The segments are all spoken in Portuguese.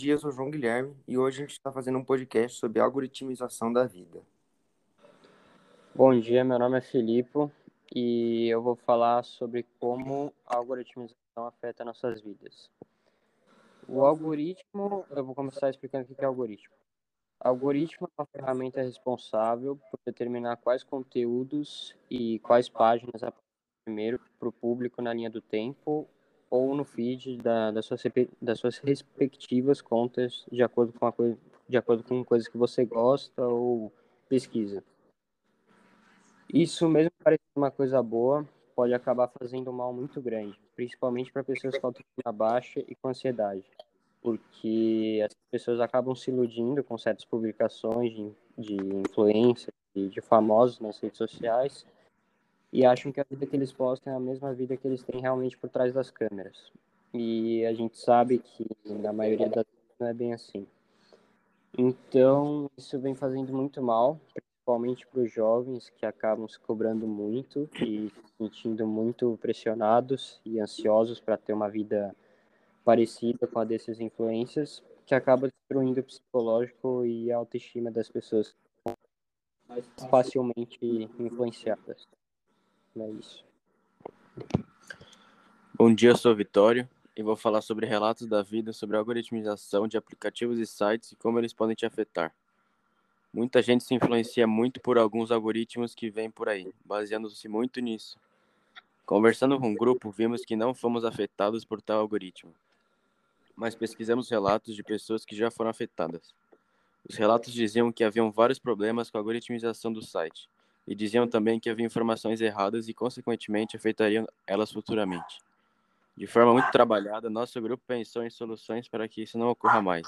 Dia, eu sou o João Guilherme e hoje a gente está fazendo um podcast sobre algoritmização da vida. Bom dia, meu nome é Filipe e eu vou falar sobre como a algoritmização afeta nossas vidas. O algoritmo, eu vou começar explicando o que é algoritmo. Algoritmo é uma ferramenta responsável por determinar quais conteúdos e quais páginas aparecem primeiro para o público na linha do tempo ou no feed das suas respectivas contas de acordo com coisas que você gosta ou pesquisa. Isso, mesmo parecendo uma coisa boa, pode acabar fazendo um mal muito grande, principalmente para pessoas com autoestima baixa e com ansiedade, porque as pessoas acabam se iludindo com certas publicações de influência e de famosos nas redes sociais e acham que a vida que eles postam é a mesma vida que eles têm realmente por trás das câmeras. E a gente sabe que, na maioria das vezes, não é bem assim. Então, isso vem fazendo muito mal, principalmente para os jovens que acabam se cobrando muito e se sentindo muito pressionados e ansiosos para ter uma vida parecida com a desses influencers, que acaba destruindo o psicológico e a autoestima das pessoas mais facilmente influenciadas. É isso. Bom dia, eu sou o Vitório e vou falar sobre relatos da vida sobre a algoritmização de aplicativos e sites e como eles podem te afetar. Muita gente se influencia muito por alguns algoritmos que vêm por aí, baseando-se muito nisso. Conversando com um grupo, vimos que não fomos afetados por tal algoritmo, mas pesquisamos relatos de pessoas que já foram afetadas. Os relatos diziam que haviam vários problemas com a algoritmização do site, e diziam também que havia informações erradas e, consequentemente, afetariam elas futuramente. De forma muito trabalhada, nosso grupo pensou em soluções para que isso não ocorra mais.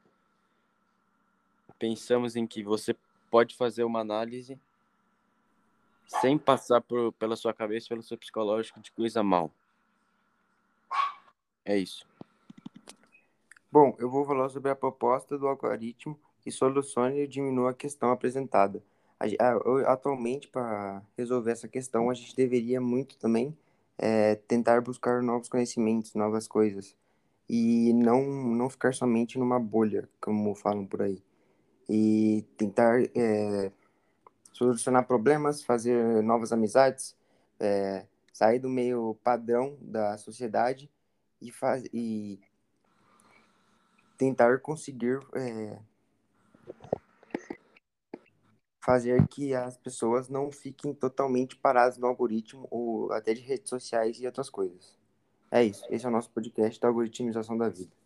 Pensamos em que você pode fazer uma análise sem passar pela sua cabeça, pelo seu psicológico de coisa mal. É isso. Bom, eu vou falar sobre a proposta do algoritmo que solucione e diminua a questão apresentada. Atualmente, para resolver essa questão, a gente deveria muito também tentar buscar novos conhecimentos, novas coisas, e não ficar somente numa bolha, como falam por aí. E tentar solucionar problemas, fazer novas amizades, sair do meio padrão da sociedade e tentar conseguir fazer que as pessoas não fiquem totalmente paradas no algoritmo ou até de redes sociais e outras coisas. É isso. Esse é o nosso podcast da algoritmização da vida.